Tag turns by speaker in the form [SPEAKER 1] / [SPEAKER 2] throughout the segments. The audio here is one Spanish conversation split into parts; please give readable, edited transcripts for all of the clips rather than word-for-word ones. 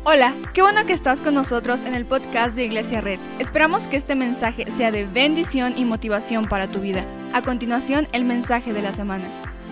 [SPEAKER 1] Hola, qué bueno que estás con nosotros en el podcast de Iglesia Red. Esperamos que este mensaje sea de bendición y motivación para tu vida. A continuación, el mensaje de la semana.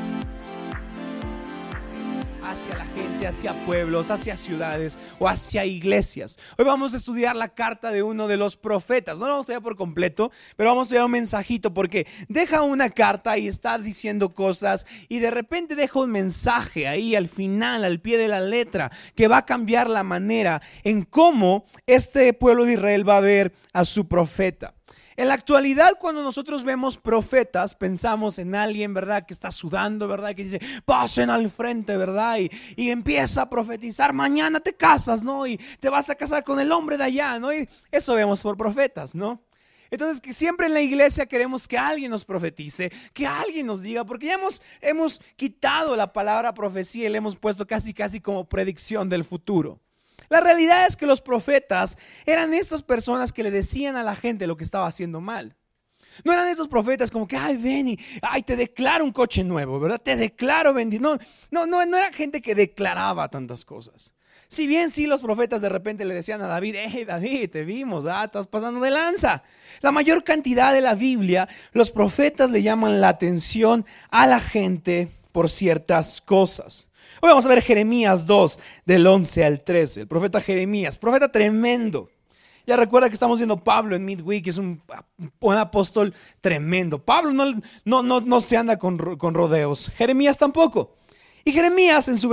[SPEAKER 2] Hacia la gente, hacia pueblos, hacia ciudades o hacia iglesias. Hoy vamos a estudiar la carta de uno de los profetas. No lo vamos a estudiar por completo, pero vamos a estudiar un mensajito porque deja una carta y está diciendo cosas y de repente deja un mensaje ahí al final, al pie de la letra, que va a cambiar la manera en cómo este pueblo de Israel va a ver a su profeta. En la actualidad, cuando nosotros vemos profetas, pensamos en alguien, ¿verdad?, que está sudando, ¿verdad?, que dice, pasen al frente, ¿verdad?, y empieza a profetizar, mañana te casas, ¿no?, y te vas a casar con el hombre de allá, ¿no?, y eso vemos por profetas, ¿no? Entonces, que siempre en la iglesia queremos que alguien nos profetice, que alguien nos diga, porque ya hemos quitado la palabra profecía y le hemos puesto casi como predicción del futuro. La realidad es que los profetas eran estas personas que le decían a la gente lo que estaba haciendo mal. No eran estos profetas como que, ay, ven y te declaro un coche nuevo, ¿verdad? Te declaro bendición. No era gente que declaraba tantas cosas. Si bien sí los profetas de repente le decían a David, hey David, te vimos, estás pasando de lanza. La mayor cantidad de la Biblia, los profetas le llaman la atención a la gente por ciertas cosas. Hoy vamos a ver Jeremías 2, del 11 al 13. El profeta Jeremías, profeta tremendo. Ya recuerda que estamos viendo Pablo en Midweek, que es un apóstol tremendo. Pablo no se anda con rodeos. Jeremías tampoco. Y Jeremías en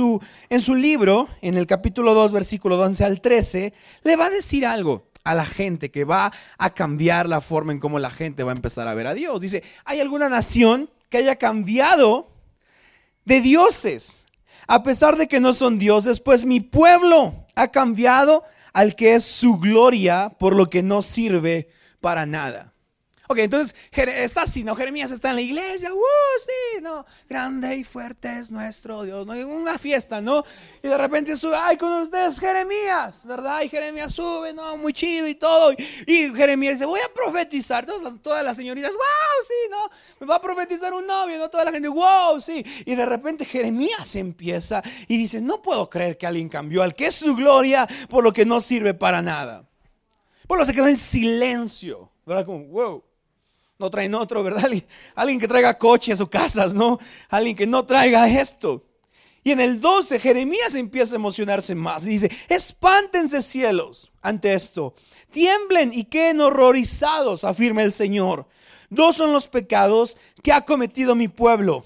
[SPEAKER 2] su libro, en el capítulo 2, versículo 11 al 13, le va a decir algo a la gente que va a cambiar la forma en cómo la gente va a empezar a ver a Dios. Dice, ¿hay alguna nación que haya cambiado de dioses? A pesar de que no son dioses, pues mi pueblo ha cambiado al que es su gloria, por lo que no sirve para nada. Ok, entonces está así, ¿no? Jeremías está en la iglesia, sí, ¿no? Grande y fuerte es nuestro Dios, ¿no? Una fiesta, ¿no? Y de repente sube, con ustedes Jeremías, ¿verdad? Y Jeremías sube, ¿no? Muy chido y todo. Y Jeremías dice, voy a profetizar. Todas las señoritas, sí, ¿no? Me va a profetizar un novio, ¿no? Toda la gente, sí. Y de repente Jeremías empieza y dice, no puedo creer que alguien cambió al que es su gloria, por lo que no sirve para nada. Por lo que se quedó en silencio, ¿verdad? Como, wow. No traen otro, ¿verdad? Alguien que traiga coches o casas, ¿no? Alguien que no traiga esto. Y en el 12, Jeremías empieza a emocionarse más. Y dice, espántense cielos ante esto. Tiemblen y queden horrorizados, afirma el Señor. Dos son los pecados que ha cometido mi pueblo.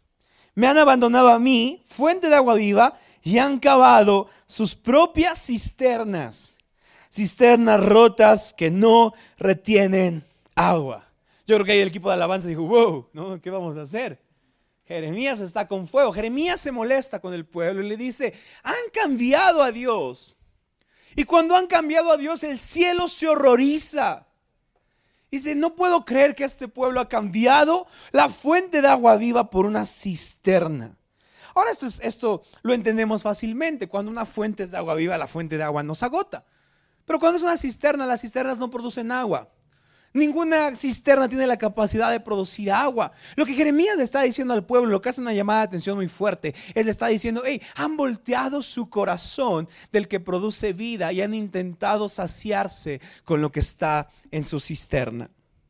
[SPEAKER 2] Me han abandonado a mí, fuente de agua viva, y han cavado sus propias cisternas. Cisternas rotas que no retienen agua. Yo creo que ahí el equipo de alabanza dijo, wow, ¿no? ¿Qué vamos a hacer? Jeremías está con fuego. Jeremías se molesta con el pueblo y le dice, han cambiado a Dios. Y cuando han cambiado a Dios, el cielo se horroriza. Dice, no puedo creer que este pueblo ha cambiado la fuente de agua viva por una cisterna. Ahora esto lo entendemos fácilmente. Cuando una fuente es de agua viva, la fuente de agua no se agota. Pero cuando es una cisterna, las cisternas no producen agua. Ninguna cisterna tiene la capacidad de producir agua. Lo que Jeremías le está diciendo al pueblo, lo que hace una llamada de atención muy fuerte, es le está diciendo, han volteado su corazón del que produce vida y han intentado saciarse con lo que está en su cisterna.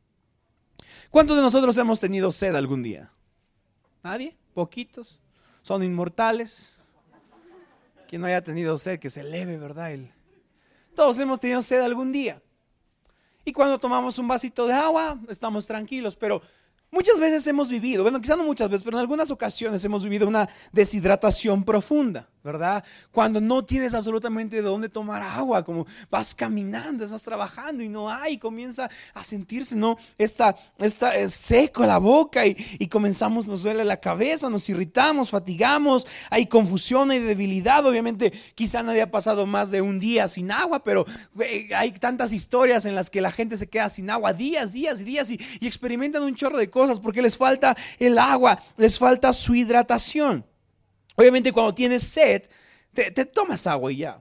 [SPEAKER 2] ¿Cuántos de nosotros hemos tenido sed algún día? ¿Nadie? ¿Poquitos? ¿Son inmortales? Quien no haya tenido sed, que se eleve, ¿verdad? Todos hemos tenido sed algún día. Y cuando tomamos un vasito de agua, estamos tranquilos, pero muchas veces hemos vivido, quizás no muchas veces, pero en algunas ocasiones hemos vivido una deshidratación profunda, ¿verdad? Cuando no tienes absolutamente de dónde tomar agua, como vas caminando, estás trabajando y no hay, comienza a sentirse, ¿no? Está seco la boca y comenzamos, nos duele la cabeza, nos irritamos, fatigamos, hay confusión, hay debilidad. Obviamente quizá nadie ha pasado más de un día sin agua, pero hay tantas historias en las que la gente se queda sin agua días y experimentan un chorro de cosas porque les falta el agua, les falta su hidratación. Obviamente cuando tienes sed, te tomas agua y ya.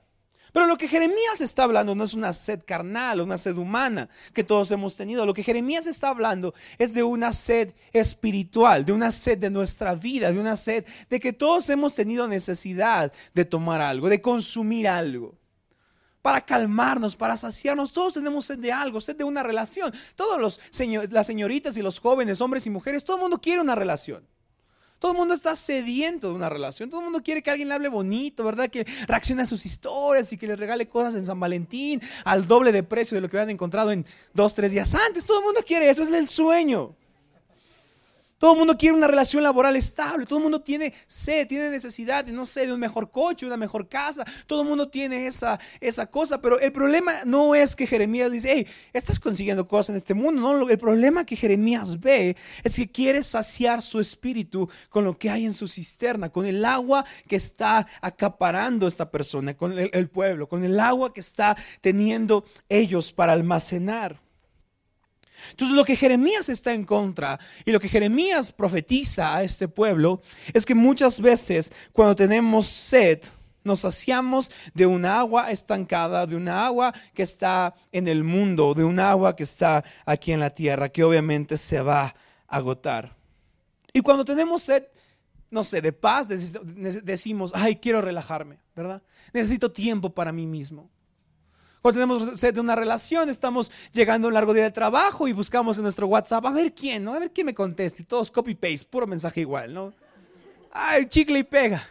[SPEAKER 2] Pero lo que Jeremías está hablando no es una sed carnal o una sed humana que todos hemos tenido. Lo que Jeremías está hablando es de una sed espiritual, de una sed de nuestra vida, de una sed de que todos hemos tenido necesidad de tomar algo, de consumir algo. Para calmarnos, para saciarnos, todos tenemos sed de algo, sed de una relación. Todos las señoritas y los jóvenes, hombres y mujeres, todo el mundo quiere una relación. Todo el mundo está sediento de una relación. Todo el mundo quiere que alguien le hable bonito, ¿verdad? Que reaccione a sus historias y que les regale cosas en San Valentín al doble de precio de lo que habían encontrado en 2-3 días antes. Todo el mundo quiere eso, es el sueño. Todo el mundo quiere una relación laboral estable. Todo el mundo tiene sed, tiene necesidad de, no sé, de un mejor coche, una mejor casa. Todo el mundo tiene esa cosa. Pero el problema no es que Jeremías dice, hey, estás consiguiendo cosas en este mundo. No, el problema que Jeremías ve es que quiere saciar su espíritu con lo que hay en su cisterna, con el agua que está acaparando esta persona, con el pueblo, con el agua que está teniendo ellos para almacenar. Entonces lo que Jeremías está en contra y lo que Jeremías profetiza a este pueblo es que muchas veces cuando tenemos sed nos saciamos de una agua estancada, de una agua que está en el mundo, de un agua que está aquí en la tierra, que obviamente se va a agotar. Y cuando tenemos sed, no sé, de paz, decimos, ay, quiero relajarme, ¿verdad? Necesito tiempo para mí mismo. Cuando tenemos sed de una relación, estamos llegando a un largo día de trabajo y buscamos en nuestro WhatsApp a ver quién, ¿no? A ver quién me conteste. Y todos copy-paste, puro mensaje igual, ¿no? Ay, chicle y pega.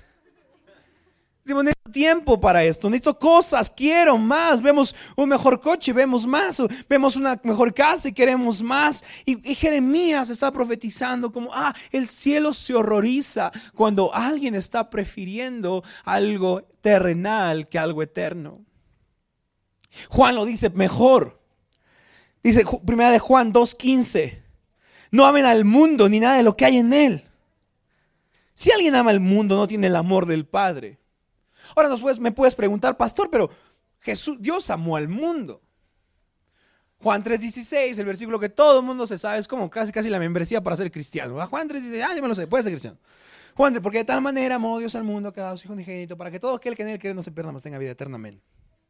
[SPEAKER 2] Decimos, necesito tiempo para esto, necesito cosas, quiero más. Vemos un mejor coche, vemos más. Vemos una mejor casa y queremos más. Y Jeremías está profetizando como, el cielo se horroriza cuando alguien está prefiriendo algo terrenal que algo eterno. Juan lo dice mejor. Dice primera de Juan 2:15. No amen al mundo ni nada de lo que hay en él. Si alguien ama al mundo, no tiene el amor del Padre. Ahora me puedes preguntar, pastor, pero Dios amó al mundo. Juan 3:16, el versículo que todo el mundo se sabe, es como casi la membresía para ser cristiano. Juan 3:16, ya me lo sé, puede ser cristiano. Juan, porque de tal manera amó Dios al mundo que ha dado su Hijo unigénito para que todo aquel que en él cree no se pierda, mas tenga vida eterna. Amén.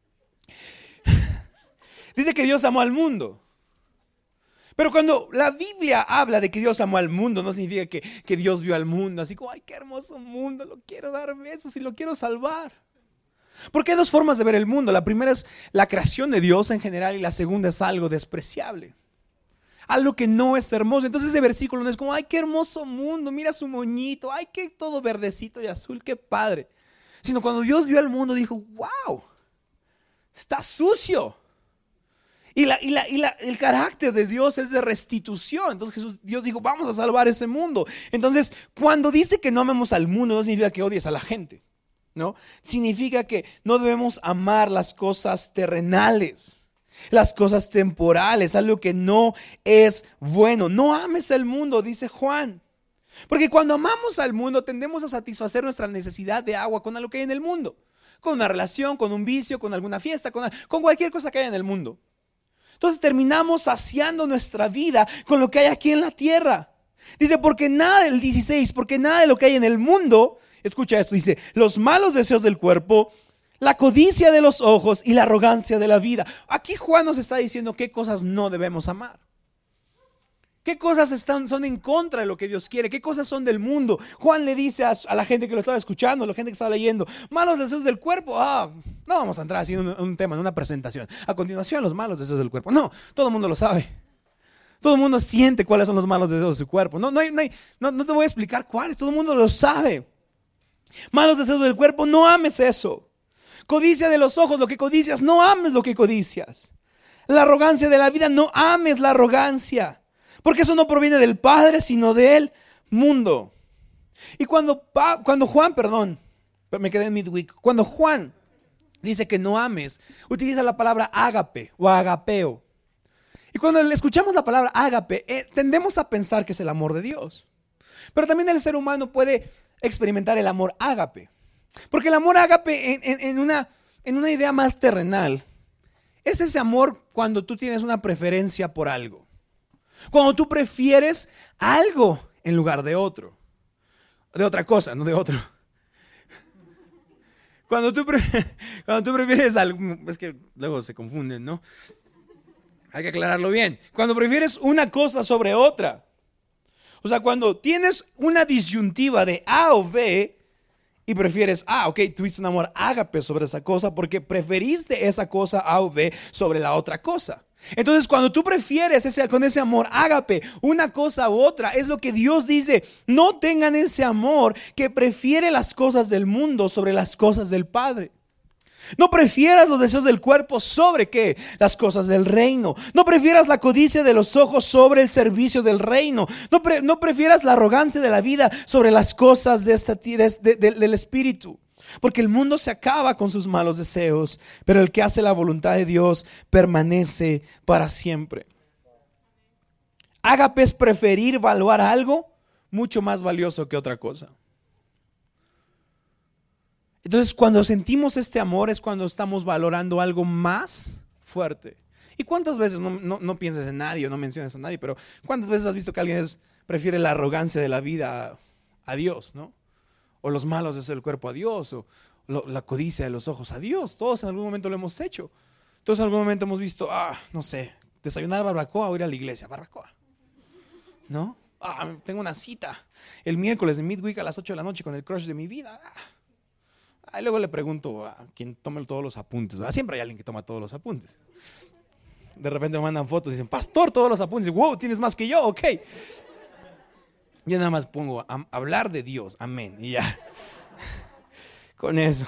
[SPEAKER 2] Dice que Dios amó al mundo. Pero cuando la Biblia habla de que Dios amó al mundo, no significa que Dios vio al mundo así como, ay, qué hermoso mundo, lo quiero dar besos y lo quiero salvar. Porque hay dos formas de ver el mundo. La primera es la creación de Dios en general y la segunda es algo despreciable. Algo que no es hermoso. Entonces ese versículo no es como, ay, qué hermoso mundo, mira su moñito, ay, qué todo verdecito y azul, qué padre. Sino cuando Dios vio al mundo dijo, wow, está sucio. Y el carácter de Dios es de restitución. Entonces Dios dijo, vamos a salvar ese mundo. Entonces, cuando dice que no amemos al mundo, no significa que odies a la gente, ¿no? Significa que no debemos amar las cosas terrenales, las cosas temporales, algo que no es bueno. No ames al mundo, dice Juan. Porque cuando amamos al mundo, tendemos a satisfacer nuestra necesidad de agua con algo que hay en el mundo. Con una relación, con un vicio, con alguna fiesta, con cualquier cosa que haya en el mundo. Entonces terminamos saciando nuestra vida con lo que hay aquí en la tierra. Dice, porque nada de lo que hay en el mundo, escucha esto, dice, los malos deseos del cuerpo, la codicia de los ojos y la arrogancia de la vida. Aquí Juan nos está diciendo qué cosas no debemos amar. ¿Qué cosas son en contra de lo que Dios quiere? ¿Qué cosas son del mundo? Juan le dice a la gente que lo estaba escuchando, a la gente que estaba leyendo, malos deseos del cuerpo. No vamos a entrar así en un tema, en una presentación. A continuación, los malos deseos del cuerpo. No, todo el mundo lo sabe. Todo el mundo siente cuáles son los malos deseos de su cuerpo. No te voy a explicar cuáles, todo el mundo lo sabe. Malos deseos del cuerpo, no ames eso. Codicia de los ojos, lo que codicias, no ames lo que codicias. La arrogancia de la vida, no ames la arrogancia. Porque eso no proviene del Padre, sino del mundo. Y cuando Juan dice que no ames, utiliza la palabra ágape o agapeo. Y cuando le escuchamos la palabra ágape, tendemos a pensar que es el amor de Dios. Pero también el ser humano puede experimentar el amor ágape. Porque el amor ágape en una idea más terrenal es ese amor cuando tú tienes una preferencia por algo. Cuando tú prefieres algo en lugar de otro. De otra cosa, no de otro. cuando tú prefieres algo, es que luego se confunden, ¿no? Hay que aclararlo bien. Cuando prefieres una cosa sobre otra, o sea, cuando tienes una disyuntiva de A o B y prefieres ok, tuviste un amor ágape sobre esa cosa porque preferiste esa cosa A o B sobre la otra cosa. Entonces, cuando tú prefieres con ese amor ágape una cosa u otra, es lo que Dios dice: no tengan ese amor que prefiere las cosas del mundo sobre las cosas del Padre. No prefieras los deseos del cuerpo sobre ¿qué? Las cosas del reino. No prefieras la codicia de los ojos sobre el servicio del reino. No prefieras la arrogancia de la vida sobre las cosas del espíritu. Porque el mundo se acaba con sus malos deseos, pero el que hace la voluntad de Dios permanece para siempre. Ágape es preferir valuar algo mucho más valioso que otra cosa. Entonces, cuando sentimos este amor es cuando estamos valorando algo más fuerte. ¿Y cuántas veces, no pienses en nadie o no menciones a nadie, pero cuántas veces has visto que alguien prefiere la arrogancia de la vida a Dios, ¿no? O los malos deseos del cuerpo a Dios, o la codicia de los ojos a Dios? Todos en algún momento lo hemos hecho. Todos en algún momento hemos visto, no sé, desayunar barbacoa o ir a la iglesia, barbacoa, ¿no? Tengo una cita el miércoles de midweek a las 8 de la noche con el crush de mi vida. Y luego le pregunto a quien tome todos los apuntes, ¿verdad? Siempre hay alguien que toma todos los apuntes. De repente me mandan fotos y dicen: pastor, todos los apuntes. Wow, tienes más que yo, ok. Yo nada más pongo hablar de Dios, amén, y ya. Con eso.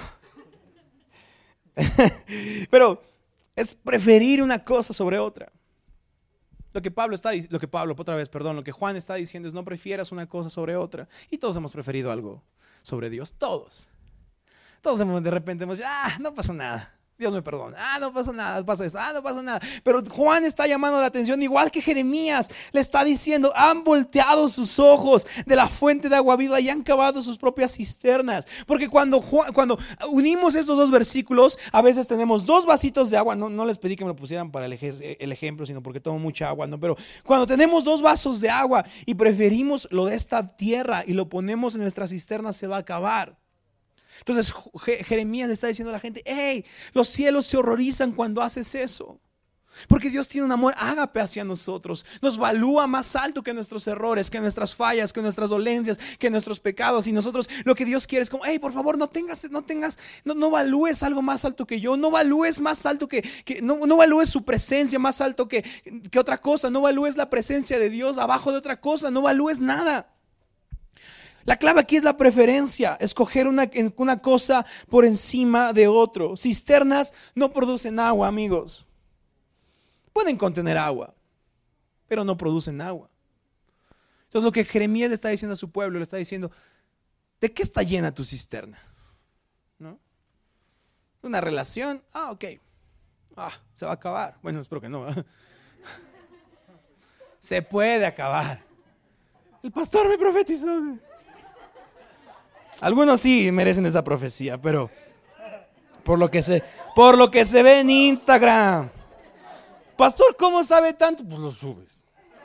[SPEAKER 2] Pero es preferir una cosa sobre otra. Lo que Juan está diciendo es: no prefieras una cosa sobre otra. Y todos hemos preferido algo sobre Dios, todos de repente hemos dicho: no pasó nada, Dios me perdona, no pasó nada, pasa eso, no pasó nada. Pero Juan está llamando la atención, igual que Jeremías le está diciendo: han volteado sus ojos de la fuente de agua viva y han cavado sus propias cisternas. Porque cuando unimos estos dos versículos, a veces tenemos dos vasitos de agua. No les pedí que me lo pusieran para el ejemplo, sino porque tomo mucha agua, ¿no? Pero cuando tenemos dos vasos de agua y preferimos lo de esta tierra y lo ponemos en nuestra cisterna, se va a acabar. Entonces Jeremías le está diciendo a la gente: hey, los cielos se horrorizan cuando haces eso. Porque Dios tiene un amor ágape hacia nosotros. Nos valúa más alto que nuestros errores, que nuestras fallas, que nuestras dolencias, que nuestros pecados. Y nosotros lo que Dios quiere es como: hey, por favor, no valúes algo más alto que yo. No valúes más alto no valúes su presencia más alto que otra cosa. No valúes la presencia de Dios abajo de otra cosa. No valúes nada. La clave aquí es la preferencia, escoger una cosa por encima de otro. Cisternas no producen agua, amigos. Pueden contener agua, pero no producen agua. Entonces, lo que Jeremías le está diciendo a su pueblo, le está diciendo: ¿de qué está llena tu cisterna? ¿No? ¿Una relación? Ok. Se va a acabar. Bueno, espero que no. Se puede acabar. El pastor me profetizó. Algunos sí merecen esa profecía, pero por lo que se ve en Instagram. Pastor, ¿cómo sabe tanto? Pues lo subes.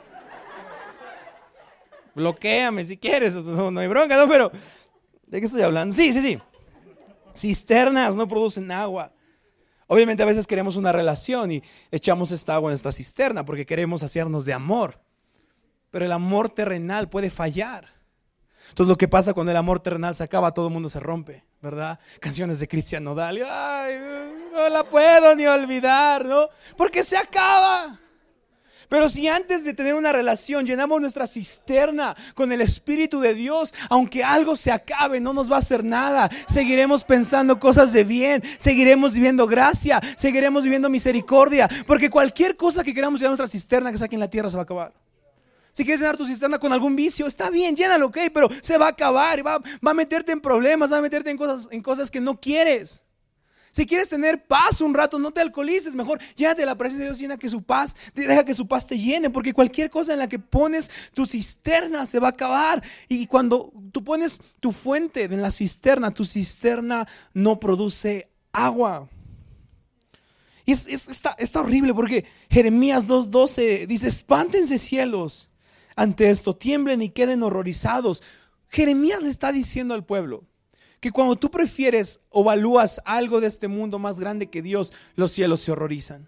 [SPEAKER 2] Bloquéame si quieres, no hay bronca, ¿no? Pero ¿de qué estoy hablando? Sí. Cisternas no producen agua. Obviamente a veces queremos una relación y echamos esta agua en nuestra cisterna porque queremos hacernos de amor. Pero el amor terrenal puede fallar. Entonces lo que pasa cuando el amor terrenal se acaba, todo el mundo se rompe, ¿verdad? Canciones de Cristian Nodal, no la puedo ni olvidar, ¿no? Porque se acaba. Pero si antes de tener una relación llenamos nuestra cisterna con el Espíritu de Dios, aunque algo se acabe, no nos va a hacer nada. Seguiremos pensando cosas de bien, seguiremos viviendo gracia, seguiremos viviendo misericordia. Porque cualquier cosa que queramos llenar nuestra cisterna que saque en la tierra se va a acabar. Si quieres llenar tu cisterna con algún vicio, está bien, llénalo, ok, pero se va a acabar y va a meterte en problemas, va a meterte en cosas que no quieres. Si quieres tener paz un rato, no te alcoholices, mejor llénate de la presencia de Dios, deja que su paz te llene, porque cualquier cosa en la que pones tu cisterna se va a acabar. Y cuando tú pones tu fuente en la cisterna, tu cisterna no produce agua. Y está horrible porque Jeremías 2:12 dice: espántense cielos ante esto, tiemblen y queden horrorizados. Jeremías le está diciendo al pueblo que cuando tú prefieres o evalúas algo de este mundo más grande que Dios, los cielos se horrorizan.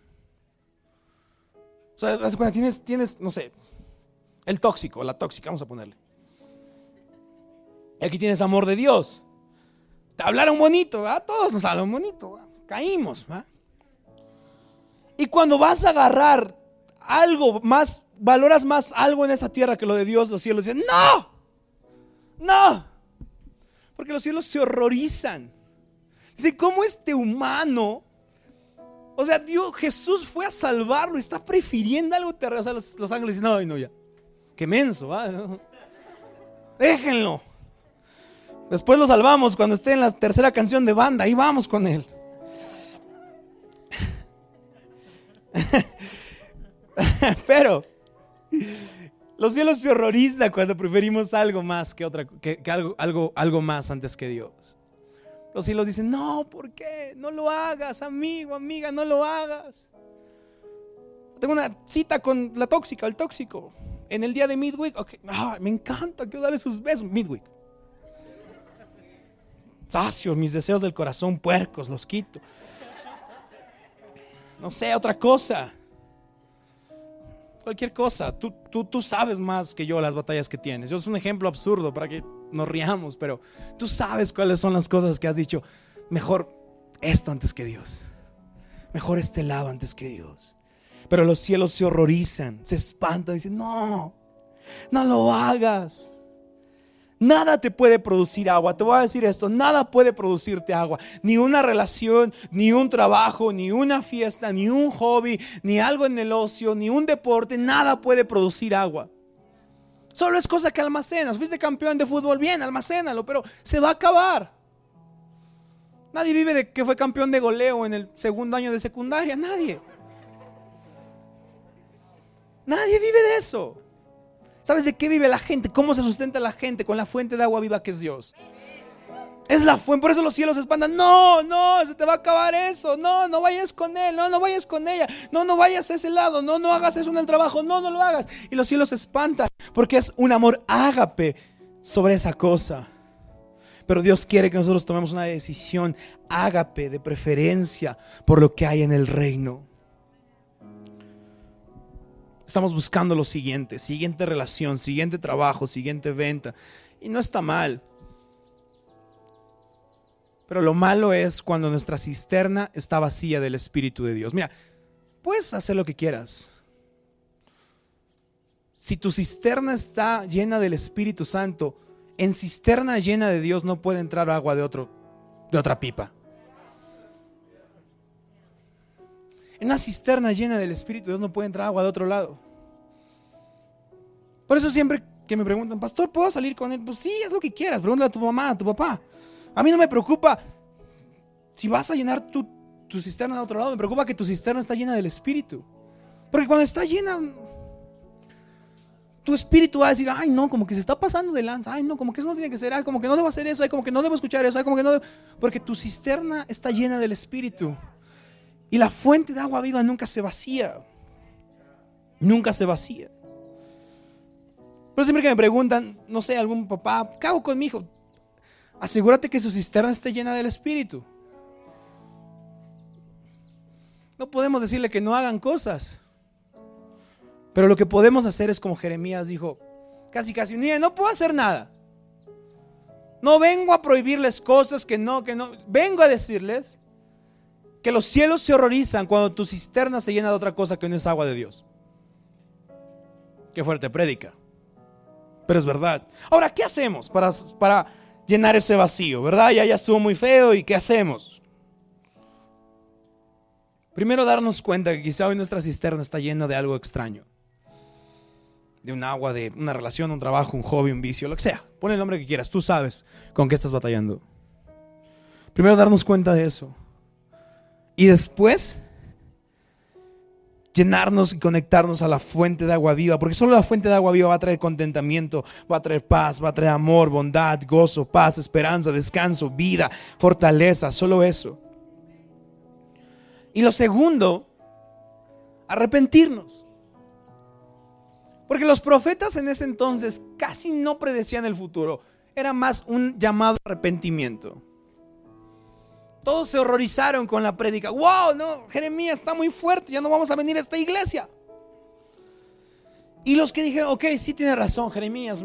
[SPEAKER 2] O sea, cuando tienes, no sé, el tóxico, la tóxica, vamos a ponerle. Y aquí tienes amor de Dios. Te hablaron bonito, ¿verdad? Todos nos hablan bonito, ¿verdad? Caímos, ¿verdad? Y cuando vas a agarrar algo más, valoras más algo en esta tierra que lo de Dios, los cielos dicen, no, porque los cielos se horrorizan. Dicen, ¿cómo este humano? O sea, Dios, Jesús fue a salvarlo y está prefiriendo algo terrenal. O sea, los ángeles dicen, no, ya, qué menso, ¿va? Déjenlo. Después lo salvamos cuando esté en la tercera canción de banda, ahí vamos con él. Pero los cielos se horrorizan cuando preferimos algo más que algo más antes que Dios. Los cielos dicen, no, ¿por qué? No lo hagas, amigo, amiga, no lo hagas. Tengo una cita con la tóxica, el tóxico, en el día de Midweek. Okay. Me encanta, quiero darle sus besos. Midweek. Sacio mis deseos del corazón puercos, los quito. No sé, otra cosa. Cualquier cosa. Tú sabes más que yo las batallas que tienes. Yo es un ejemplo absurdo para que nos riamos, pero tú sabes cuáles son las cosas que has dicho. Mejor esto antes que Dios. Mejor este lado antes que Dios. Pero los cielos se horrorizan, se espantan, dicen, no lo hagas. Nada te puede producir agua. Te voy a decir esto, nada puede producirte agua. Ni una relación, ni un trabajo, ni una fiesta, ni un hobby, ni algo en el ocio, ni un deporte. Nada puede producir agua. Solo es cosa que almacenas. Fuiste campeón de fútbol, bien, almacénalo, pero se va a acabar. Nadie vive de que fue campeón de goleo en el segundo año de secundaria. Nadie vive de eso. ¿Sabes de qué vive la gente? ¿Cómo se sustenta la gente? Con la fuente de agua viva que es Dios. Es la fuente, por eso los cielos se espantan. No, se te va a acabar eso. No vayas con él, no vayas con ella. No vayas a ese lado, no hagas eso en el trabajo. No lo hagas. Y los cielos se espantan porque es un amor ágape sobre esa cosa. Pero Dios quiere que nosotros tomemos una decisión ágape de preferencia por lo que hay en el reino. Estamos buscando lo siguiente relación, siguiente trabajo, siguiente venta. Y no está mal. Pero lo malo es cuando nuestra cisterna está vacía del Espíritu de Dios. Mira, puedes hacer lo que quieras. Si tu cisterna está llena del Espíritu Santo, en cisterna llena de Dios no puede entrar agua de otra pipa. En una cisterna llena del Espíritu de Dios no puede entrar agua de otro lado. Por eso siempre que me preguntan, pastor, ¿puedo salir con él? Pues sí, haz lo que quieras, pregúntale a tu mamá, a tu papá. A mí no me preocupa si vas a llenar tu cisterna de otro lado, me preocupa que tu cisterna está llena del Espíritu. Porque cuando está llena, tu espíritu va a decir, ay no, como que se está pasando de lanza, ay no, como que eso no tiene que ser, ay como que no debo hacer eso, ay como que no debo escuchar eso, ay como que no debo... Porque tu cisterna está llena del Espíritu. Y la fuente de agua viva nunca se vacía. Nunca se vacía. Pero siempre que me preguntan, no sé, algún papá, ¿qué hago con mi hijo? Asegúrate que su cisterna esté llena del Espíritu. No podemos decirle que no hagan cosas. Pero lo que podemos hacer es como Jeremías dijo, casi, mira, no puedo hacer nada. No vengo a prohibirles cosas que no. Vengo a decirles que los cielos se horrorizan cuando tu cisterna se llena de otra cosa que no es agua de Dios. Qué fuerte prédica. Pero es verdad. Ahora, ¿qué hacemos para llenar ese vacío? ¿Verdad? Ya estuvo muy feo. ¿Y qué hacemos? Primero darnos cuenta que quizá hoy nuestra cisterna está llena de algo extraño. De un agua, de una relación, un trabajo, un hobby, un vicio, lo que sea. Pon el nombre que quieras, tú sabes con qué estás batallando. Primero darnos cuenta de eso. Y después llenarnos y conectarnos a la fuente de agua viva, porque solo la fuente de agua viva va a traer contentamiento, va a traer paz, va a traer amor, bondad, gozo, paz, esperanza, descanso, vida, fortaleza, solo eso. Y lo segundo, arrepentirnos. Porque los profetas en ese entonces casi no predecían el futuro. era más un llamado a arrepentimiento. Todos se horrorizaron con la prédica. ¡Wow! No, Jeremías está muy fuerte, ya no vamos a venir a esta iglesia. Y los que dijeron, ok, sí tiene razón Jeremías.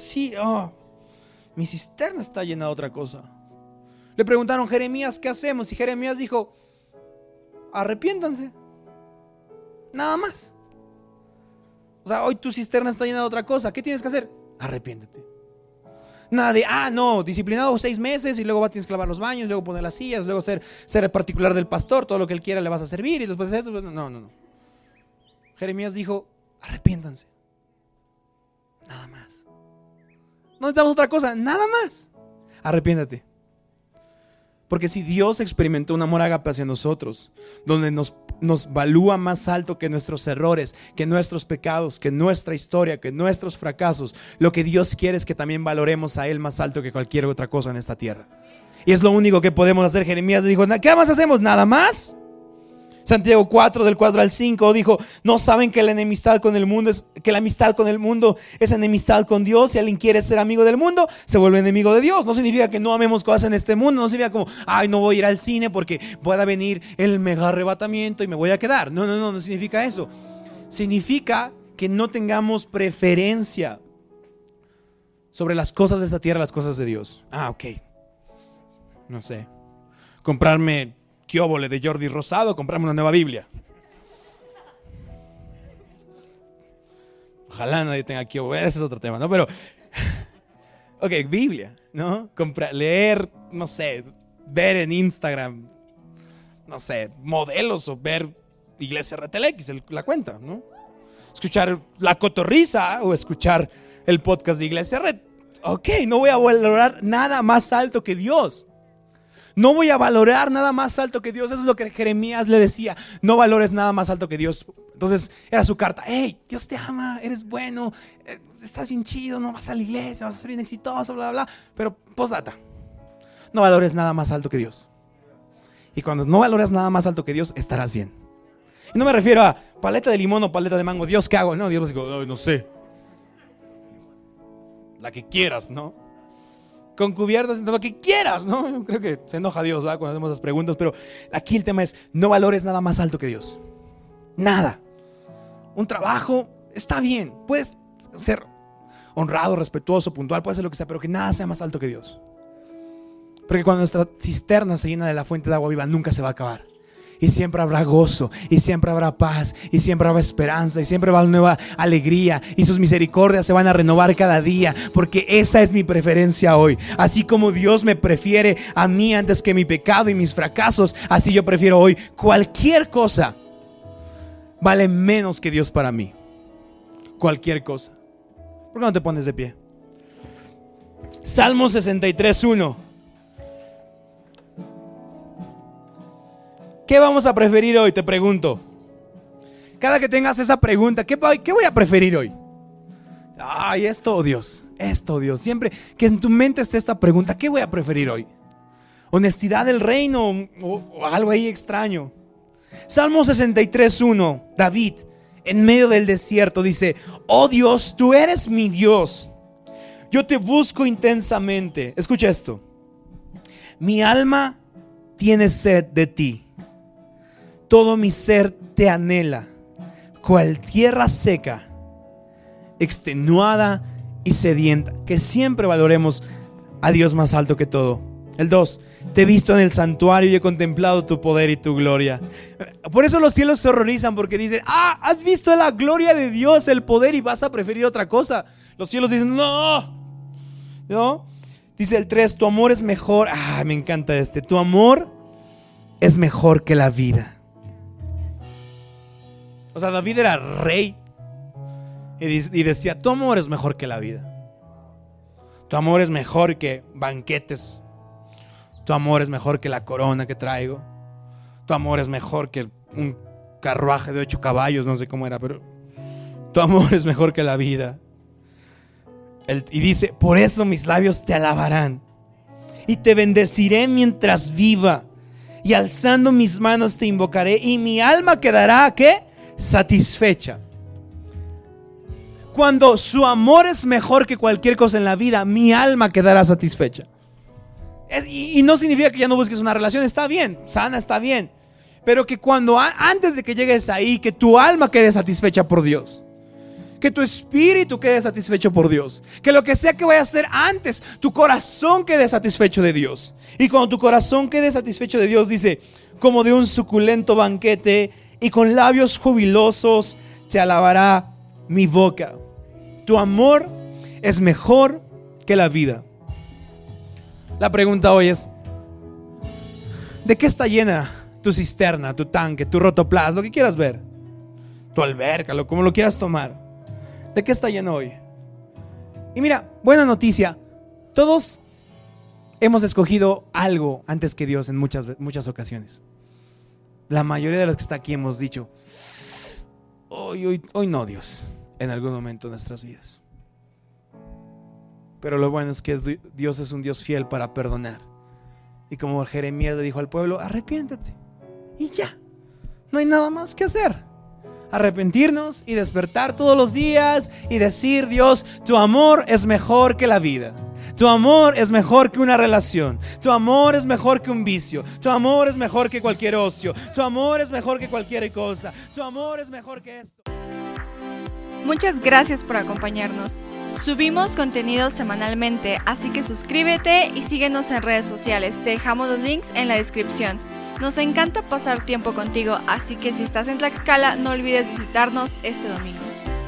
[SPEAKER 2] Mi cisterna está llena de otra cosa. Le preguntaron, Jeremías, ¿qué hacemos? Y Jeremías dijo, arrepiéntanse. Nada más. O sea, hoy tu cisterna está llena de otra cosa. ¿Qué tienes que hacer? Arrepiéntete. Nada de, disciplinado 6 meses y luego tienes que lavar los baños, luego poner las sillas, luego ser el particular del pastor, todo lo que él quiera le vas a servir y después de eso, no. Jeremías dijo, arrepiéntanse. Nada más. No necesitamos otra cosa, nada más. Arrepiéntate. Porque si Dios experimentó un amor ágape hacia nosotros, donde nos valúa más alto que nuestros errores, que nuestros pecados, que nuestra historia, que nuestros fracasos, lo que Dios quiere es que también valoremos a Él más alto que cualquier otra cosa en esta tierra. Y es lo único que podemos hacer. Jeremías dijo, ¿qué más hacemos? Nada más. Santiago 4, del 4 al 5 dijo, ¿no saben que la amistad con el mundo es enemistad con Dios? Si alguien quiere ser amigo del mundo, se vuelve enemigo de Dios. No significa que no amemos cosas en este mundo. No significa como, no voy a ir al cine porque pueda venir el mega arrebatamiento y me voy a quedar. No significa eso. Significa que no tengamos preferencia sobre las cosas de esta tierra, las cosas de Dios. Ok. No sé, comprarme Kióbole de Jordi Rosado, comprarme una nueva Biblia. Ojalá nadie tenga Kióbole, ese es otro tema, ¿no? Pero, Biblia, ¿no? Leer, no sé, ver en Instagram, no sé, modelos o ver Iglesia RTLX, la cuenta, ¿no? Escuchar La Cotorrisa o escuchar el podcast de Iglesia Red. No voy a valorar nada más alto que Dios. No voy a valorar nada más alto que Dios. Eso es lo que Jeremías le decía. No valores nada más alto que Dios. Entonces era su carta. Hey, Dios te ama, eres bueno, estás bien chido, no vas a la iglesia, vas a ser bien exitoso, bla, bla, bla. Pero postdata, no valores nada más alto que Dios. Y cuando no valoras nada más alto que Dios, estarás bien. Y no me refiero a paleta de limón o paleta de mango. Dios, ¿qué hago? No, Dios digo, no sé. La que quieras, ¿no? Con cubiertas, lo que quieras, ¿no? Yo creo que se enoja Dios, ¿verdad? Cuando hacemos esas preguntas. Pero aquí el tema es, no valores nada más alto que Dios. Nada. Un trabajo está bien. Puedes ser honrado, respetuoso, puntual, puedes hacer lo que sea, pero que nada sea más alto que Dios. Porque cuando nuestra cisterna se llena de la fuente de agua viva, nunca se va a acabar. Y siempre habrá gozo, y siempre habrá paz, y siempre habrá esperanza, y siempre habrá nueva alegría, y sus misericordias se van a renovar cada día, porque esa es mi preferencia hoy. Así como Dios me prefiere a mí antes que mi pecado y mis fracasos, así yo prefiero hoy cualquier cosa. Vale menos que Dios para mí. Cualquier cosa. ¿Por qué no te pones de pie? Salmo 63:1. ¿Qué vamos a preferir hoy? Te pregunto. Cada que tengas esa pregunta, ¿qué voy a preferir hoy? Esto o Dios. Siempre que en tu mente esté esta pregunta, ¿qué voy a preferir hoy? ¿Honestidad del reino o algo ahí extraño? Salmo 63:1. David, en medio del desierto, dice: oh Dios, tú eres mi Dios. Yo te busco intensamente. Escucha esto. Mi alma tiene sed de ti. Todo mi ser te anhela, cual tierra seca, extenuada y sedienta. Que siempre valoremos a Dios más alto que todo. El 2. Te he visto en el santuario y he contemplado tu poder y tu gloria. Por eso los cielos se horrorizan, porque dicen: has visto la gloria de Dios, el poder, y vas a preferir otra cosa. Los cielos dicen: no. Dice el 3. Tu amor es mejor. Me encanta este. Tu amor es mejor que la vida. O sea, David era rey y decía: tu amor es mejor que la vida. Tu amor es mejor que banquetes. Tu amor es mejor que la corona que traigo. Tu amor es mejor que un carruaje de 8 caballos, no sé cómo era, pero tu amor es mejor que la vida. Y dice: por eso mis labios te alabarán y te bendeciré mientras viva, y alzando mis manos te invocaré, y mi alma quedará, ¿qué? Satisfecha. cuando su amor es mejor que cualquier cosa en la vida, mi alma quedará satisfecha. Y no significa que ya no busques una relación, está bien, sana, está bien. Pero que cuando antes de que llegues ahí, que tu alma quede satisfecha por Dios. Que tu espíritu quede satisfecho por Dios. Que lo que sea que vaya a hacer antes, tu corazón quede satisfecho de Dios. Y cuando tu corazón quede satisfecho de Dios, dice, como de un suculento banquete, y con labios jubilosos te alabará mi boca. Tu amor es mejor que la vida. La pregunta hoy es, ¿de qué está llena tu cisterna, tu tanque, tu rotoplas, lo que quieras ver? Tu alberca, como lo quieras tomar. ¿De qué está lleno hoy? Y mira, buena noticia, todos hemos escogido algo antes que Dios en muchas ocasiones. La mayoría de los que está aquí hemos dicho, hoy no, Dios, en algún momento de nuestras vidas. Pero lo bueno es que Dios es un Dios fiel para perdonar. Y como Jeremías le dijo al pueblo, arrepiéntate. Y ya, no hay nada más que hacer. Arrepentirnos y despertar todos los días y decir, Dios, tu amor es mejor que la vida. Tu amor es mejor que una relación. Tu amor es mejor que un vicio. Tu amor es mejor que cualquier ocio. Tu amor es mejor que cualquier cosa. Tu amor es mejor que esto.
[SPEAKER 1] Muchas gracias por acompañarnos. Subimos contenido semanalmente, así que suscríbete y síguenos en redes sociales. Te dejamos los links en la descripción. Nos encanta pasar tiempo contigo, así que si estás en Tlaxcala, no olvides visitarnos este domingo.